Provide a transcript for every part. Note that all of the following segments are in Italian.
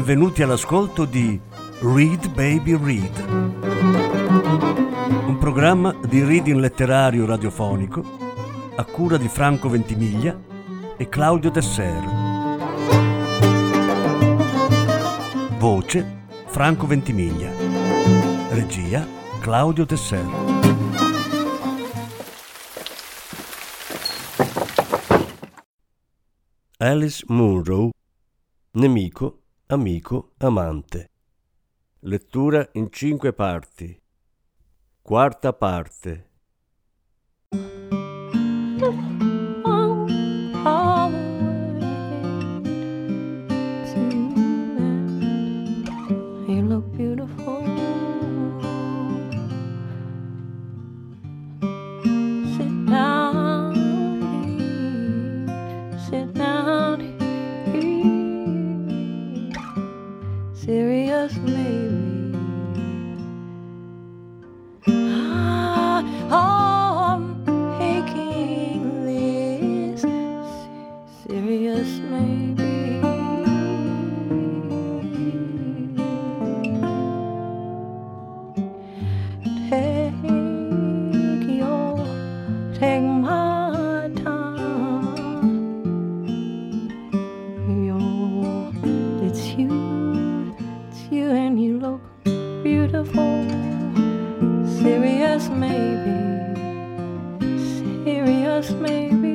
Benvenuti all'ascolto di Read Baby Read, un programma di reading letterario radiofonico a cura di Franco Ventimiglia e Claudio Desser. Voce Franco Ventimiglia. Regia Claudio Desser. Alice Munro, nemico, amico, amante. Lettura in 5 parti. Quarta parte. You look beautiful. Sit down here. Sit down here. Serious maybe. I'm aching this. Serious maybe. Take my time. It's you and you look beautiful. Serious maybe, serious maybe.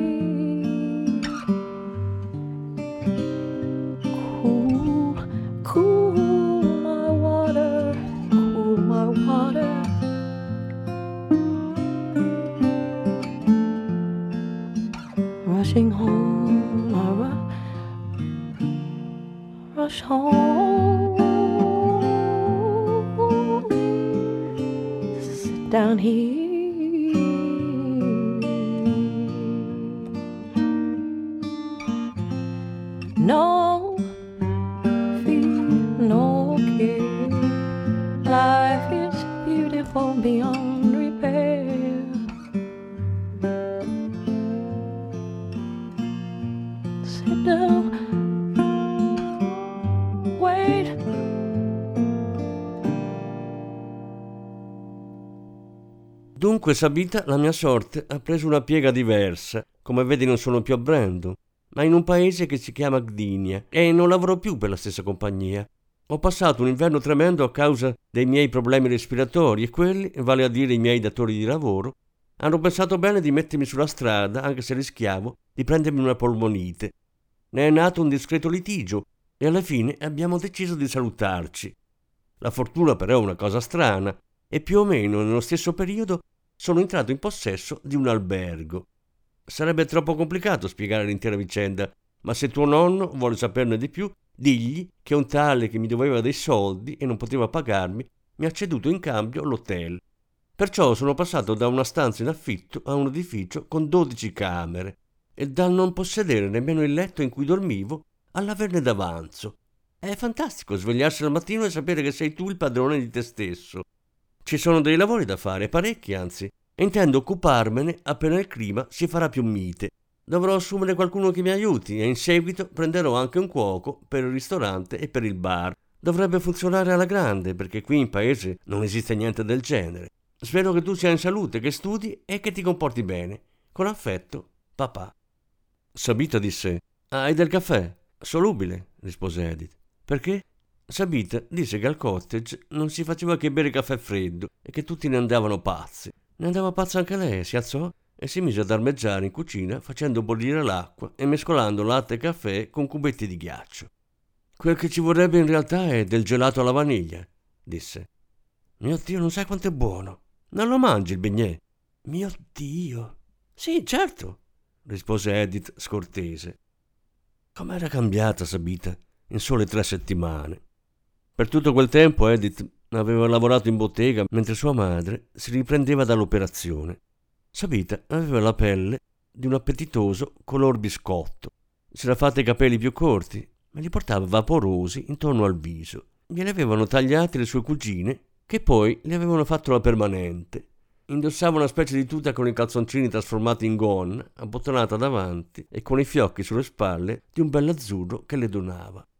Cool my water, cool my water. Rushing home, I rush home. Sit down here. No fear, no care. Life is beautiful beyond repair. Sit down, wait. Dunque, Sabita, la mia sorte ha preso una piega diversa. Come vedi non sono più a Brandon, ma in un paese che si chiama Gdynia, e non lavoro più per la stessa compagnia. Ho passato un inverno tremendo a causa dei miei problemi respiratori e quelli, vale a dire i miei datori di lavoro, hanno pensato bene di mettermi sulla strada, anche se rischiavo di prendermi una polmonite. Ne è nato un discreto litigio e alla fine abbiamo deciso di salutarci. La fortuna però è una cosa strana e più o meno nello stesso periodo sono entrato in possesso di un albergo. Sarebbe troppo complicato spiegare l'intera vicenda, ma se tuo nonno vuole saperne di più, digli che un tale che mi doveva dei soldi e non poteva pagarmi mi ha ceduto in cambio l'hotel. Perciò sono passato da una stanza in affitto a un edificio con 12 camere e dal non possedere nemmeno il letto in cui dormivo all'averne d'avanzo. È fantastico svegliarsi al mattino e sapere che sei tu il padrone di te stesso. Ci sono dei lavori da fare, parecchi anzi, e intendo occuparmene appena il clima si farà più mite. Dovrò assumere qualcuno che mi aiuti e in seguito prenderò anche un cuoco per il ristorante e per il bar. Dovrebbe funzionare alla grande perché qui in paese non esiste niente del genere. Spero che tu sia in salute, che studi e che ti comporti bene. Con affetto, papà. Sabita disse: hai del caffè? Solubile, rispose Edith. Perché? Sabita disse che al cottage non si faceva che bere caffè freddo e che tutti ne andavano pazzi. Ne andava pazza anche lei, si alzò e si mise ad armeggiare in cucina facendo bollire l'acqua e mescolando latte e caffè con cubetti di ghiaccio. Quel che ci vorrebbe in realtà è del gelato alla vaniglia, disse. Mio Dio, non sai quanto è buono. Non lo mangi il beignet? Mio Dio. Sì, certo, rispose Edith scortese. Com'era cambiata Sabita in sole 3 settimane. Per tutto quel tempo Edith aveva lavorato in bottega mentre sua madre si riprendeva dall'operazione. Sabita aveva la pelle di un appetitoso color biscotto. Si era fatta i capelli più corti, ma li portava vaporosi intorno al viso. Glieli avevano tagliati le sue cugine, che poi le avevano fatto la permanente. Indossava una specie di tuta con i calzoncini trasformati in gonna, abbottonata davanti e con i fiocchi sulle spalle di un bell'azzurro che le donava.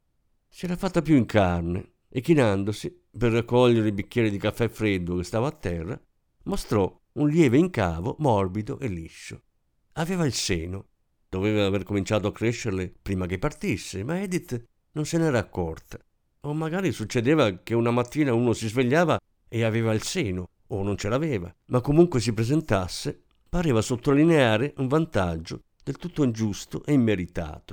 Si era fatta più in carne e, chinandosi per raccogliere il bicchiere di caffè freddo che stava a terra, mostrò un lieve incavo morbido e liscio. Aveva il seno. Doveva aver cominciato a crescerle prima che partisse, ma Edith non se n'era accorta. O magari succedeva che una mattina uno si svegliava e aveva il seno, o non ce l'aveva, ma comunque si presentasse, pareva sottolineare un vantaggio del tutto ingiusto e immeritato.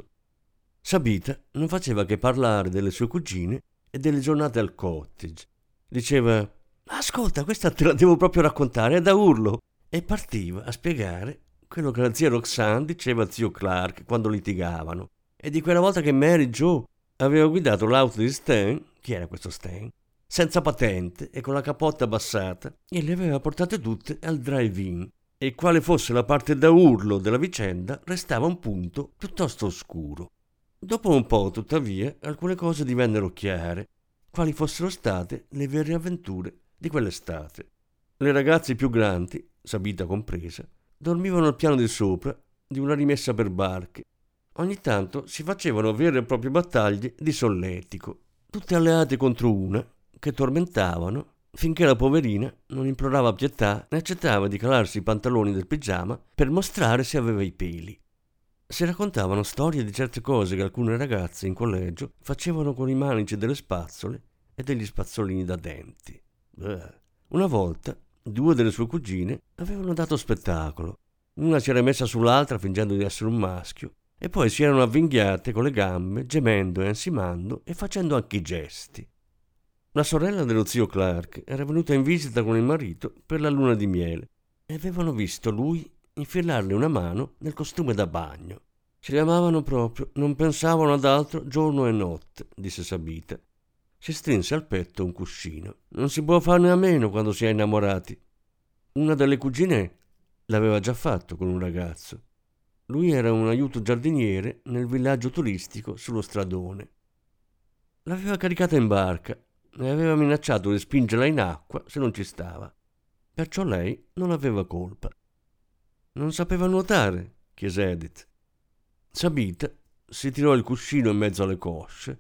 Sabita non faceva che parlare delle sue cugine e delle giornate al cottage. Diceva: «Ascolta, questa te la devo proprio raccontare, è da urlo!» E partiva a spiegare quello che la zia Roxanne diceva a zio Clark quando litigavano, e di quella volta che Mary Jo aveva guidato l'auto di Stan, chi era questo Stan, senza patente e con la capotta abbassata, e le aveva portate tutte al drive-in, e quale fosse la parte da urlo della vicenda restava un punto piuttosto oscuro. Dopo un po', tuttavia, alcune cose divennero chiare, quali fossero state le vere avventure di quell'estate. Le ragazze più grandi, Sabita compresa, dormivano al piano di sopra di una rimessa per barche. Ogni tanto si facevano vere e proprie battaglie di solletico, tutte alleate contro una, che tormentavano finché la poverina non implorava pietà né accettava di calarsi i pantaloni del pigiama per mostrare se aveva i peli. Si raccontavano storie di certe cose che alcune ragazze in collegio facevano con i manici delle spazzole e degli spazzolini da denti. Una volta 2 delle sue cugine avevano dato spettacolo. Una si era messa sull'altra fingendo di essere un maschio e poi si erano avvinghiate con le gambe, gemendo e ansimando e facendo anche i gesti. La sorella dello zio Clark era venuta in visita con il marito per la luna di miele e avevano visto lui infilarle una mano nel costume da bagno. Si amavano proprio, non pensavano ad altro giorno e notte, disse Sabita. Si strinse al petto un cuscino. Non si può farne a meno quando si è innamorati. Una delle cugine l'aveva già fatto con un ragazzo. Lui era un aiuto giardiniere nel villaggio turistico sullo stradone. L'aveva caricata in barca e aveva minacciato di spingerla in acqua se non ci stava. Perciò lei non aveva colpa. «Non sapeva nuotare?» chiese Edith. Sabita si tirò il cuscino in mezzo alle cosce.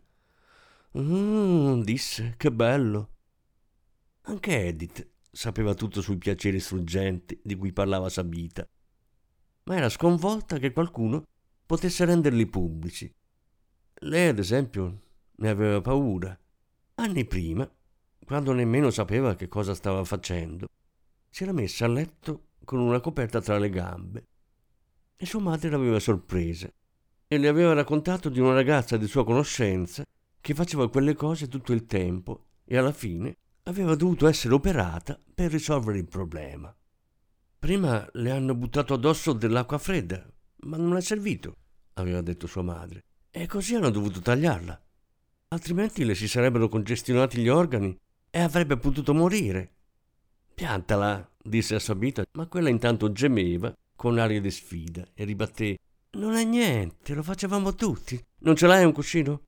Disse, che bello. Anche Edith sapeva tutto sui piaceri struggenti di cui parlava Sabita, ma era sconvolta che qualcuno potesse renderli pubblici. Lei, ad esempio, ne aveva paura. Anni prima, quando nemmeno sapeva che cosa stava facendo, si era messa a letto con una coperta tra le gambe e sua madre l'aveva sorpresa e le aveva raccontato di una ragazza di sua conoscenza che faceva quelle cose tutto il tempo e alla fine aveva dovuto essere operata per risolvere il problema. Prima le hanno buttato addosso dell'acqua fredda, ma non è servito, aveva detto sua madre, e così hanno dovuto tagliarla. Altrimenti le si sarebbero congestionati gli organi e avrebbe potuto morire. «Piantala», disse a Sabita, ma quella intanto gemeva con aria di sfida e ribatté: «Non è niente, lo facevamo tutti. Non ce l'hai un cuscino?»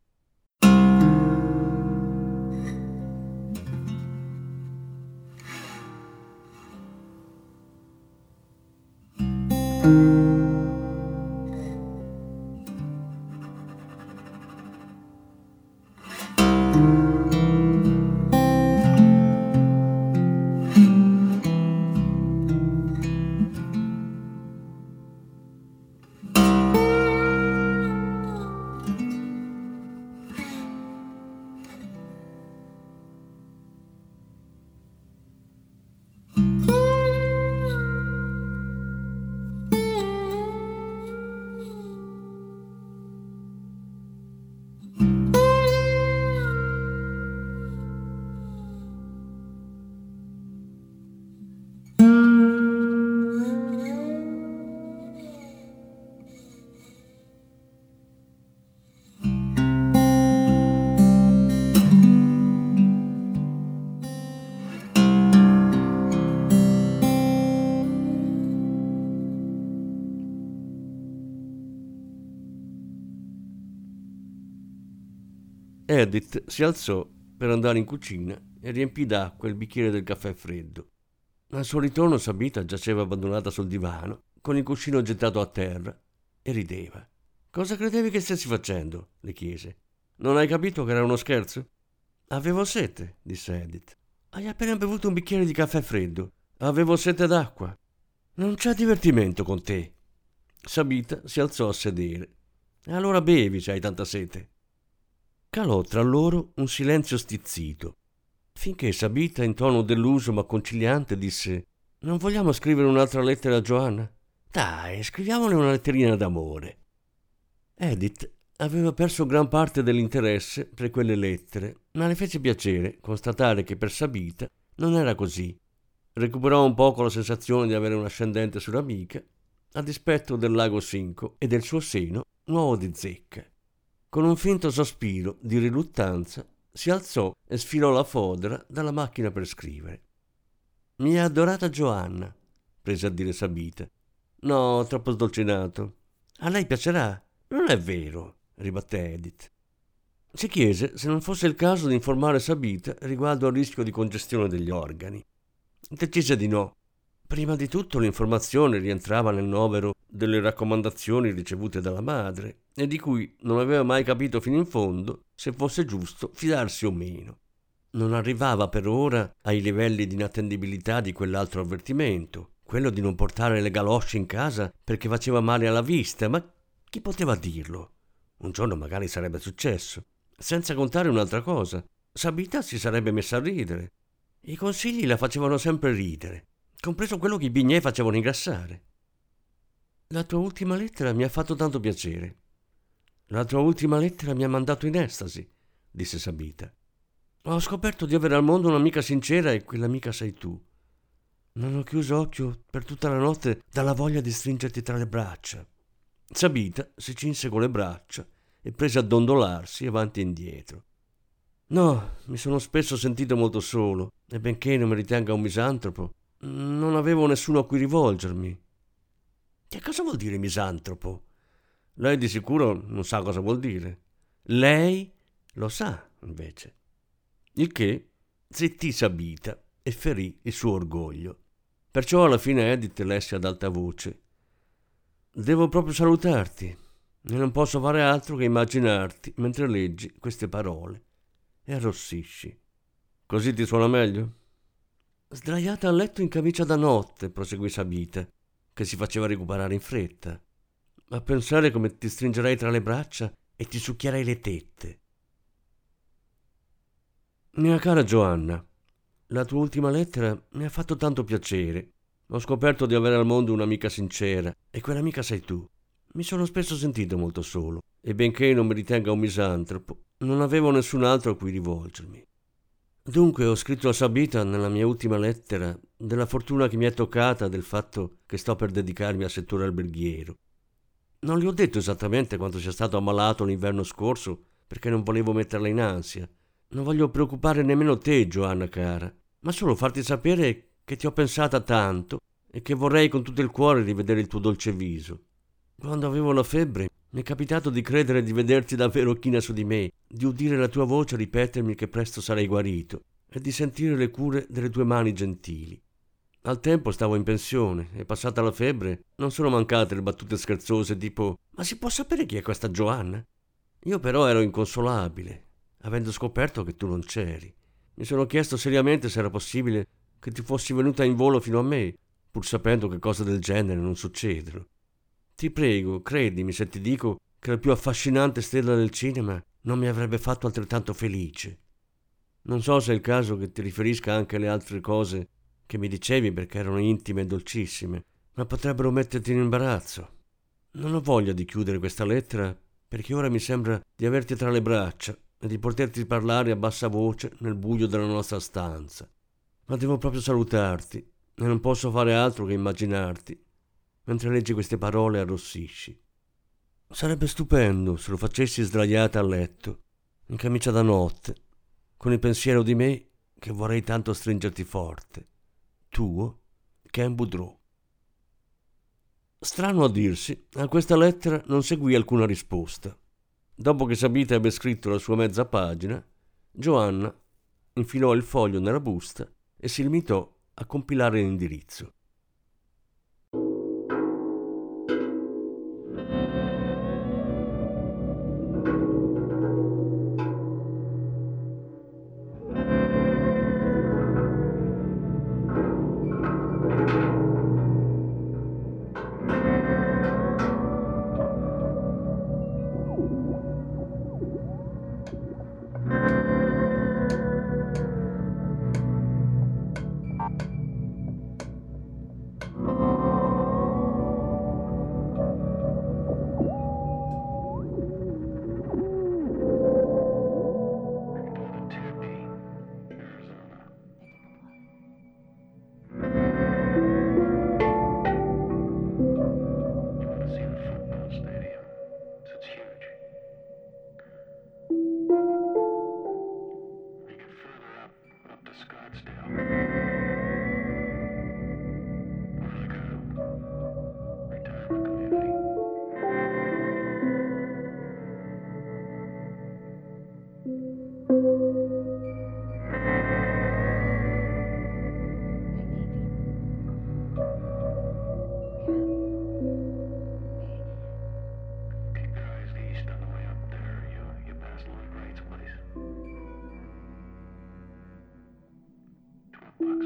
Edith si alzò per andare in cucina e riempì d'acqua il bicchiere del caffè freddo. Al suo ritorno Sabita giaceva abbandonata sul divano, con il cuscino gettato a terra, e rideva. «Cosa credevi che stessi facendo?» le chiese. Non hai capito che era uno scherzo? Avevo sete, disse Edith. Hai appena bevuto un bicchiere di caffè freddo. Avevo sete d'acqua. Non c'è divertimento con te. Sabita si alzò a sedere. Allora bevi se hai tanta sete. Calò tra loro un silenzio stizzito, finché Sabita, in tono deluso ma conciliante, disse: Non vogliamo scrivere un'altra lettera a Joanna? Dai, scriviamole una letterina d'amore. Edith aveva perso gran parte dell'interesse per quelle lettere, ma le fece piacere constatare che per Sabita non era così. Recuperò un poco la sensazione di avere un ascendente sull'amica, a dispetto del lago Cinco e del suo seno nuovo di zecca. Con un finto sospiro di riluttanza si alzò e sfilò la fodera dalla macchina per scrivere. Mia adorata Joanna, prese a dire Sabita. No, troppo sdolcinato. A lei piacerà? Non è vero, ribatté Edith. Si chiese se non fosse il caso di informare Sabita riguardo al rischio di congestione degli organi. Decise di no. Prima di tutto l'informazione rientrava nel novero delle raccomandazioni ricevute dalla madre e di cui non aveva mai capito fino in fondo se fosse giusto fidarsi o meno. Non arrivava per ora ai livelli di inattendibilità di quell'altro avvertimento, quello di non portare le galosce in casa perché faceva male alla vista, ma chi poteva dirlo? Un giorno magari sarebbe successo. Senza contare un'altra cosa, Sabita si sarebbe messa a ridere. I consigli la facevano sempre ridere, compreso quello che i bignè facevano ingrassare. La tua ultima lettera mi ha fatto tanto piacere. La tua ultima lettera mi ha mandato in estasi, disse Sabita. Ho scoperto di avere al mondo un'amica sincera e quell'amica sei tu. Non ho chiuso occhio per tutta la notte dalla voglia di stringerti tra le braccia. Sabita si cinse con le braccia e prese a dondolarsi avanti e indietro. No, mi sono spesso sentito molto solo e benché non mi ritenga un misantropo, non avevo nessuno a cui rivolgermi. Che cosa vuol dire misantropo? Lei di sicuro non sa cosa vuol dire. Lei lo sa, invece. Il che zittì Sabita e ferì il suo orgoglio. Perciò alla fine Edith lesse ad alta voce: Devo proprio salutarti e non posso fare altro che immaginarti mentre leggi queste parole. E arrossisci. Così ti suona meglio? Sdraiata a letto in camicia da notte, proseguì Sabita, che si faceva recuperare in fretta. A pensare come ti stringerei tra le braccia e ti succhierei le tette. Mia cara Joanna, la tua ultima lettera mi ha fatto tanto piacere. Ho scoperto di avere al mondo un'amica sincera e quell'amica sei tu. Mi sono spesso sentito molto solo e benché non mi ritenga un misantropo, non avevo nessun altro a cui rivolgermi. Dunque ho scritto a Sabita nella mia ultima lettera della fortuna che mi è toccata, del fatto che sto per dedicarmi al settore alberghiero. Non le ho detto esattamente quanto sia stato ammalato l'inverno scorso perché non volevo metterla in ansia. Non voglio preoccupare nemmeno te, Joanna cara, ma solo farti sapere che ti ho pensata tanto e che vorrei con tutto il cuore rivedere il tuo dolce viso. Quando avevo la febbre mi è capitato di credere di vederti davvero china su di me, di udire la tua voce ripetermi che presto sarei guarito e di sentire le cure delle tue mani gentili. Al tempo stavo in pensione e passata la febbre non sono mancate le battute scherzose tipo «Ma si può sapere chi è questa Joanna?» Io però ero inconsolabile, avendo scoperto che tu non c'eri. Mi sono chiesto seriamente se era possibile che ti fossi venuta in volo fino a me, pur sapendo che cose del genere non succedono. Ti prego, credimi se ti dico che la più affascinante stella del cinema non mi avrebbe fatto altrettanto felice. Non so se è il caso che ti riferisca anche alle altre cose che mi dicevi perché erano intime e dolcissime, ma potrebbero metterti in imbarazzo. Non ho voglia di chiudere questa lettera perché ora mi sembra di averti tra le braccia e di poterti parlare a bassa voce nel buio della nostra stanza. Ma devo proprio salutarti e non posso fare altro che immaginarti. Mentre leggi queste parole arrossisci. Sarebbe stupendo se lo facessi sdraiata a letto, in camicia da notte, con il pensiero di me che vorrei tanto stringerti forte. Tuo, Ken Boudreau. Strano a dirsi, a questa lettera non seguì alcuna risposta. Dopo che Sabita ebbe scritto la sua mezza pagina, Joanna infilò il foglio nella busta e si limitò a compilare l'indirizzo.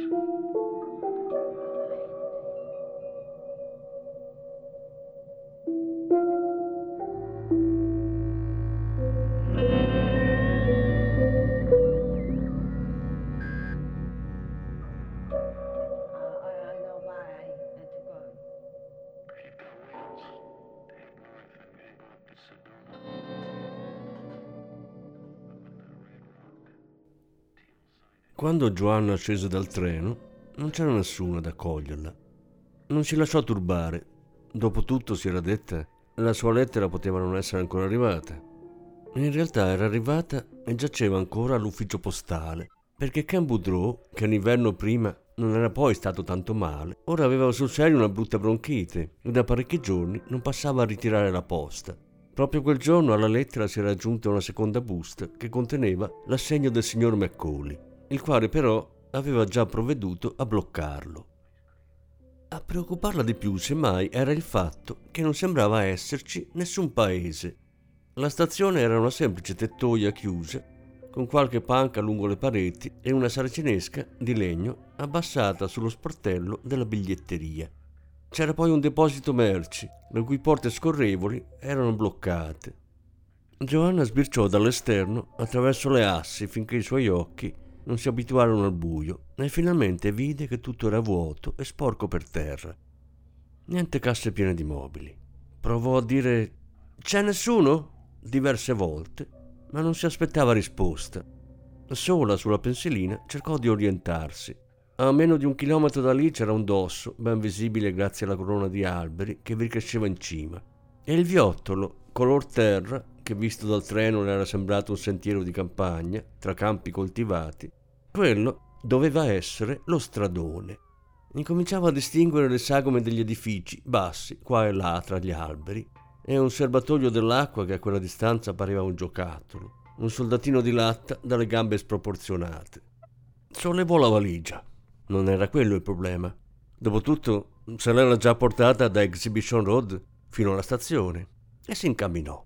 Quando Joanna scese dal treno, non c'era nessuno ad accoglierla. Non si lasciò turbare. Dopotutto, si era detta, la sua lettera poteva non essere ancora arrivata. In realtà era arrivata e giaceva ancora all'ufficio postale, perché Ken Boudreau, che l'inverno prima non era poi stato tanto male, ora aveva sul serio una brutta bronchite e da parecchi giorni non passava a ritirare la posta. Proprio quel giorno alla lettera si era aggiunta una seconda busta che conteneva l'assegno del signor Macaulay, il quale però aveva già provveduto a bloccarlo. A preoccuparla di più, semmai, era il fatto che non sembrava esserci nessun paese. La stazione era una semplice tettoia chiusa, con qualche panca lungo le pareti e una saracinesca di legno abbassata sullo sportello della biglietteria. C'era poi un deposito merci, le cui porte scorrevoli erano bloccate. Joanna sbirciò dall'esterno attraverso le assi finché i suoi occhi non si abituarono al buio e finalmente vide che tutto era vuoto e sporco per terra. Niente casse piene di mobili. Provò a dire «C'è nessuno?» diverse volte, ma non si aspettava risposta. Sola sulla pensilina cercò di orientarsi. A meno di 1 chilometro da lì c'era un dosso, ben visibile grazie alla corona di alberi che vi cresceva in cima, e il viottolo, color terra, che visto dal treno le era sembrato un sentiero di campagna tra campi coltivati, quello doveva essere lo stradone. Incominciava a distinguere le sagome degli edifici bassi qua e là tra gli alberi e un serbatoio dell'acqua che a quella distanza pareva un giocattolo, un soldatino di latta dalle gambe sproporzionate. Sollevò la valigia. Non era quello il problema. Dopotutto se l'era già portata da Exhibition Road fino alla stazione e si incamminò.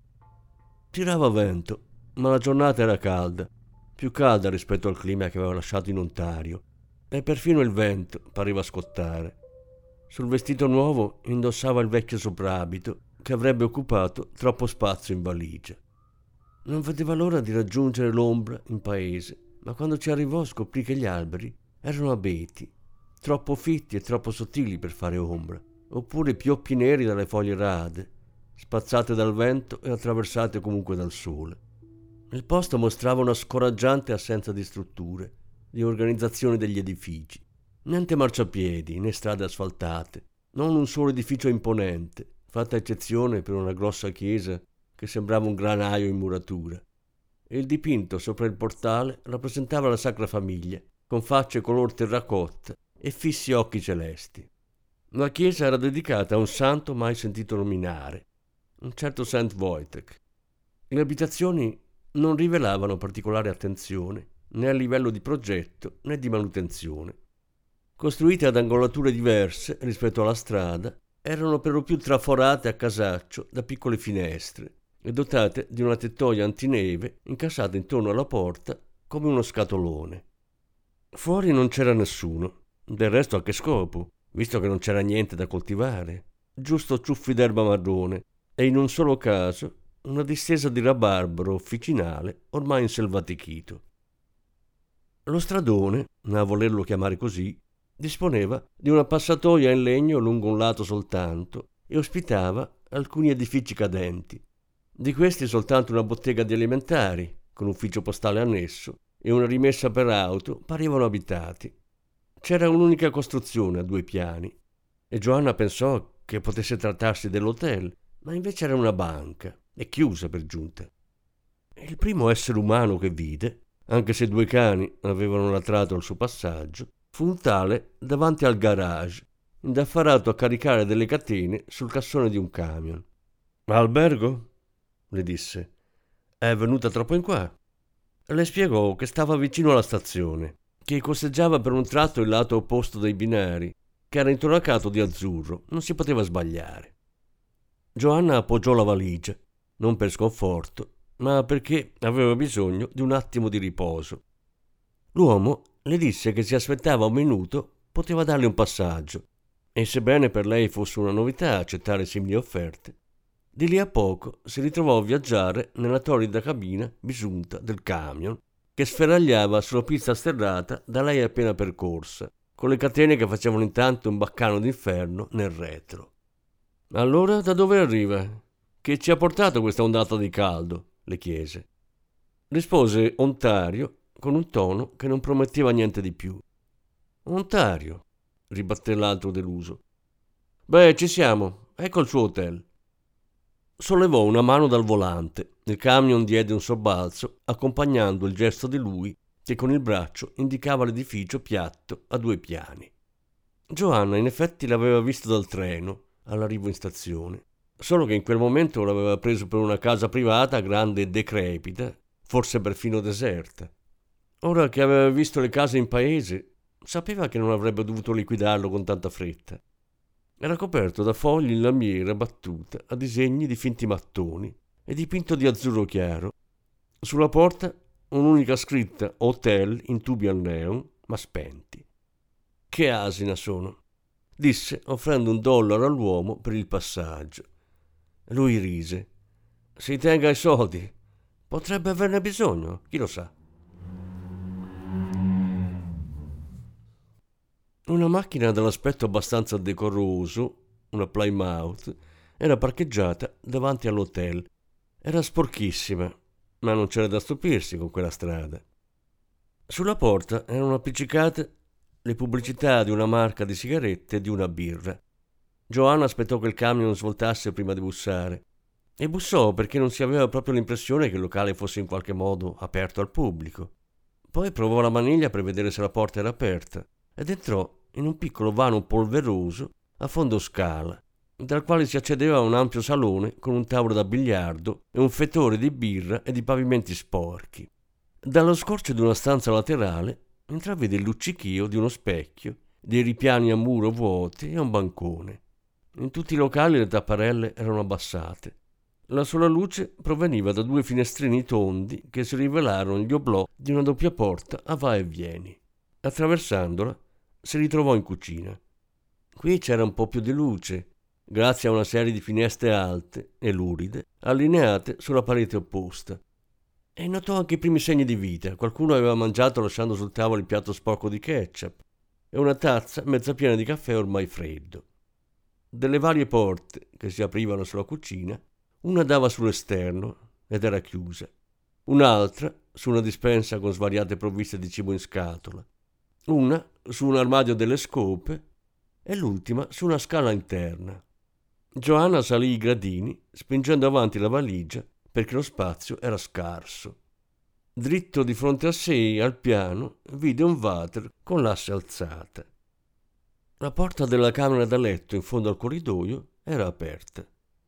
Tirava vento, ma la giornata era calda, più calda rispetto al clima che aveva lasciato in Ontario, e perfino il vento pareva scottare. Sul vestito nuovo indossava il vecchio soprabito che avrebbe occupato troppo spazio in valigia. Non vedeva l'ora di raggiungere l'ombra in paese, ma quando ci arrivò scoprì che gli alberi erano abeti, troppo fitti e troppo sottili per fare ombra, oppure pioppi neri dalle foglie rade, spazzate dal vento e attraversate comunque dal sole. Il posto mostrava una scoraggiante assenza di strutture, di organizzazione degli edifici. Niente marciapiedi né strade asfaltate, non un solo edificio imponente, fatta eccezione per una grossa chiesa che sembrava un granaio in muratura. E il dipinto sopra il portale rappresentava la Sacra Famiglia, con facce color terracotta e fissi occhi celesti. La chiesa era dedicata a un santo mai sentito nominare, un certo Saint Wojtek. Le abitazioni non rivelavano particolare attenzione né a livello di progetto né di manutenzione. Costruite ad angolature diverse rispetto alla strada, erano per lo più traforate a casaccio da piccole finestre e dotate di una tettoia antineve incassata intorno alla porta come uno scatolone. Fuori non c'era nessuno, del resto a che scopo, visto che non c'era niente da coltivare, giusto ciuffi d'erba marrone e in un solo caso una distesa di rabarbaro officinale ormai inselvatichito. Lo stradone, a volerlo chiamare così, disponeva di una passatoia in legno lungo un lato soltanto e ospitava alcuni edifici cadenti. Di questi soltanto una bottega di alimentari, con ufficio postale annesso, e una rimessa per auto parevano abitati. C'era un'unica costruzione a 2 piani e Joanna pensò che potesse trattarsi dell'hotel, ma invece era una banca, e chiusa per giunta. Il primo essere umano che vide, anche se 2 cani avevano latrato al suo passaggio, fu un tale davanti al garage, indaffarato a caricare delle catene sul cassone di un camion. «Albergo?» le disse. «È venuta troppo in qua?» Le spiegò che stava vicino alla stazione, che costeggiava per un tratto il lato opposto dei binari, che era intonacato di azzurro, non si poteva sbagliare. Joanna appoggiò la valigia, non per sconforto, ma perché aveva bisogno di un attimo di riposo. L'uomo Le disse che se aspettava un minuto poteva darle un passaggio, e sebbene per lei fosse una novità accettare simili offerte, di lì a poco si ritrovò a viaggiare nella torrida cabina bisunta del camion che sferagliava sulla pista sterrata da lei appena percorsa, con le catene che facevano intanto un baccano d'inferno nel retro. «Allora da dove arriva? Che ci ha portato questa ondata di caldo?» le chiese. Rispose Ontario con un tono che non prometteva niente di più. «Ontario», ribatté l'altro deluso. «Beh, ci siamo, ecco il suo hotel». Sollevò una mano dal volante. Il camion diede un sobbalzo, accompagnando il gesto di lui che con il braccio indicava l'edificio piatto a 2 piani. Joanna in effetti l'aveva visto dal treno all'arrivo in stazione, solo che in quel momento l'aveva preso per una casa privata grande e decrepita, forse perfino deserta. Ora che aveva visto le case in paese, sapeva che non avrebbe dovuto liquidarlo con tanta fretta. Era coperto da fogli in lamiera battuta a disegni di finti mattoni e dipinto di azzurro chiaro. Sulla porta un'unica scritta hotel in tubi al neon, ma spenti. «Che asina sono», disse offrendo $1 all'uomo per il passaggio. Lui rise. «Si tenga i soldi. Potrebbe averne bisogno, chi lo sa». Una macchina dall'aspetto abbastanza decoroso, una Plymouth, era parcheggiata davanti all'hotel. Era sporchissima, ma non c'era da stupirsi con quella strada. Sulla porta erano appiccicate le pubblicità di una marca di sigarette e di una birra. Joanna aspettò che il camion svoltasse prima di bussare, e bussò perché non si aveva proprio l'impressione che il locale fosse in qualche modo aperto al pubblico. Poi provò la maniglia per vedere se la porta era aperta ed entrò in un piccolo vano polveroso a fondo scala, dal quale si accedeva a un ampio salone con un tavolo da biliardo e un fetore di birra e di pavimenti sporchi. Dallo scorcio di una stanza laterale intravide il luccichio di uno specchio, dei ripiani a muro vuoti e un bancone. In tutti i locali le tapparelle erano abbassate. La sola luce proveniva da 2 finestrini tondi che si rivelarono gli oblò di una doppia porta a va e vieni. Attraversandola si ritrovò in cucina. Qui c'era un po' più di luce, grazie a una serie di finestre alte e luride allineate sulla parete opposta. E notò anche i primi segni di vita. Qualcuno aveva mangiato lasciando sul tavolo il piatto sporco di ketchup e una tazza mezza piena di caffè ormai freddo. Delle varie porte che si aprivano sulla cucina, una dava sull'esterno ed era chiusa, un'altra su una dispensa con svariate provviste di cibo in scatola, una su un armadio delle scope e l'ultima su una scala interna. Joanna salì i gradini spingendo avanti la valigia perché lo spazio era scarso. Dritto di fronte a sé, al piano, vide un water con l'asse alzata. La porta della camera da letto in fondo al corridoio era aperta.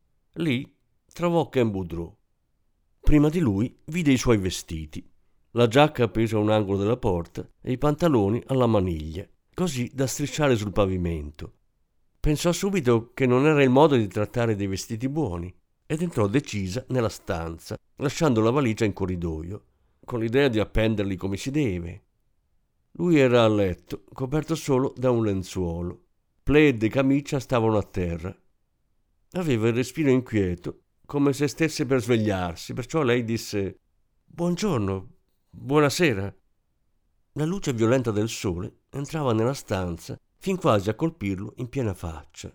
Lì trovò Ken Boudreau. Prima di lui vide i suoi vestiti, la giacca appesa a un angolo della porta e i pantaloni alla maniglia, così da strisciare sul pavimento. Pensò subito che non era il modo di trattare dei vestiti buoni ed entrò decisa nella stanza, lasciando la valigia in corridoio, con l'idea di appenderli come si deve. Lui era a letto, coperto solo da un lenzuolo. Plaid e camicia stavano a terra. Aveva il respiro inquieto, come se stesse per svegliarsi, perciò lei disse: «Buongiorno, buonasera». La luce violenta del sole entrava nella stanza fin quasi a colpirlo in piena faccia.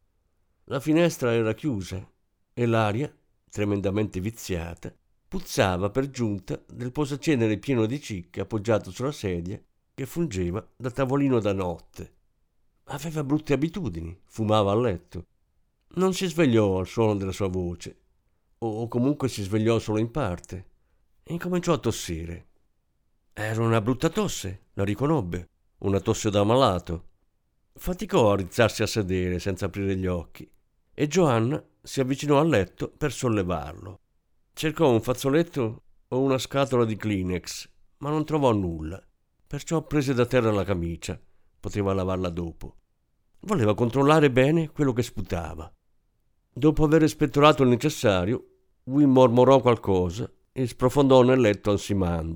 La finestra era chiusa e l'aria, tremendamente viziata, puzzava per giunta del posacenere pieno di cicche appoggiato sulla sedia che fungeva da tavolino da notte. Aveva brutte abitudini, fumava a letto. Non si svegliò al suono della sua voce, o comunque si svegliò solo in parte, e incominciò a tossire. Era una brutta tosse, la riconobbe, una tosse da malato. Faticò a rizzarsi a sedere senza aprire gli occhi, e Joanna si avvicinò al letto per sollevarlo. Cercò un fazzoletto o una scatola di Kleenex, ma non trovò nulla, perciò prese da terra la camicia, poteva lavarla dopo. Voleva controllare bene quello che sputava. Dopo aver ispettorato il necessario, lui mormorò qualcosa e sprofondò nel letto ansimando.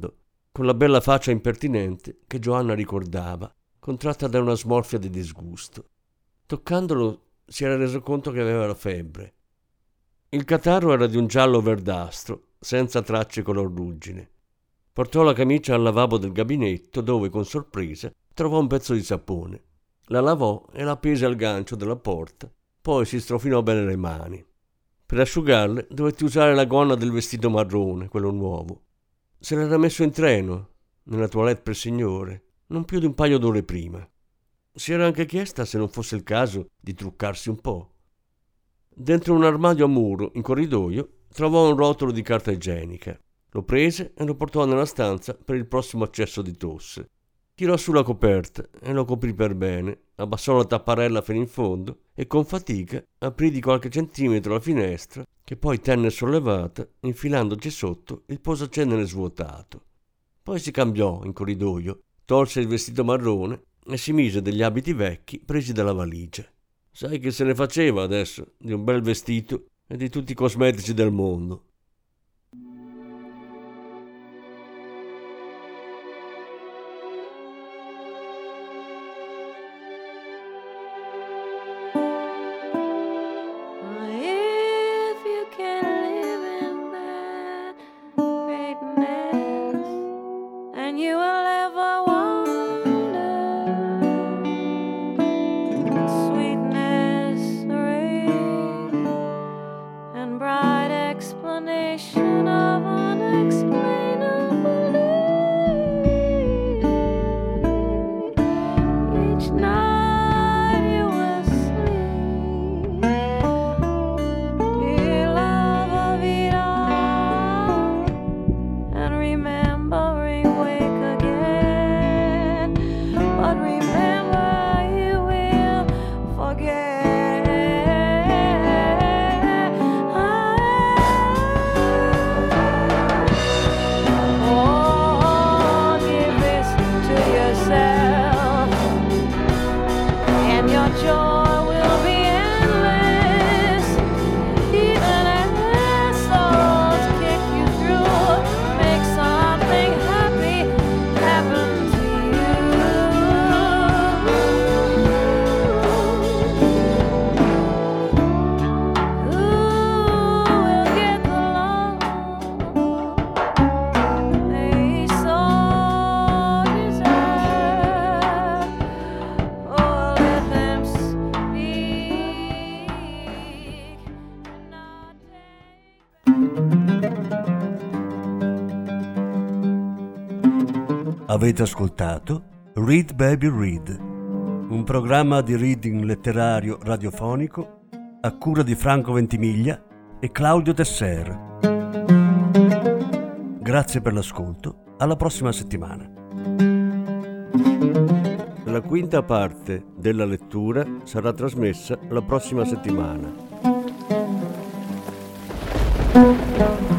con la bella faccia impertinente che Joanna ricordava, contratta da una smorfia di disgusto. Toccandolo si era reso conto che aveva la febbre. Il catarro era di un giallo verdastro, senza tracce color ruggine. Portò la camicia al lavabo del gabinetto dove, con sorpresa, trovò un pezzo di sapone. La lavò e la appese al gancio della porta, poi si strofinò bene le mani. Per asciugarle dovette usare la gonna del vestito marrone, quello nuovo. Se l'era messo in treno, nella toilette per signore, non più di un paio d'ore prima. Si era anche chiesta se non fosse il caso di truccarsi un po'. Dentro un armadio a muro, in corridoio, trovò un rotolo di carta igienica. Lo prese e lo portò nella stanza per il prossimo accesso di tosse. Tirò su la coperta e lo coprì per bene, abbassò la tapparella fino in fondo e con fatica aprì di qualche centimetro la finestra, che poi tenne sollevata, infilandoci sotto il posacenere svuotato. Poi si cambiò in corridoio, tolse il vestito marrone e si mise degli abiti vecchi presi dalla valigia. Sai che se ne faceva adesso di un bel vestito e di tutti i cosmetici del mondo. If you can live in that greatness, and you will ever wonder, sweetness, ray, and bright explanation of unexplainable need. Each night you will sleep, dear love of it all, and remembering wake again, but remember you will forget. Oh, give this to yourself, and your joy will be endless. Even as sorrows kick you through, make something happy happen to you. Who will get the love they so deserve? Oh, let them speak and not take. Avete ascoltato Read Baby Read, un programma di reading letterario radiofonico a cura di Franco Ventimiglia e Claudio Tesser. Grazie per l'ascolto, alla prossima settimana. La quinta parte della lettura sarà trasmessa la prossima settimana.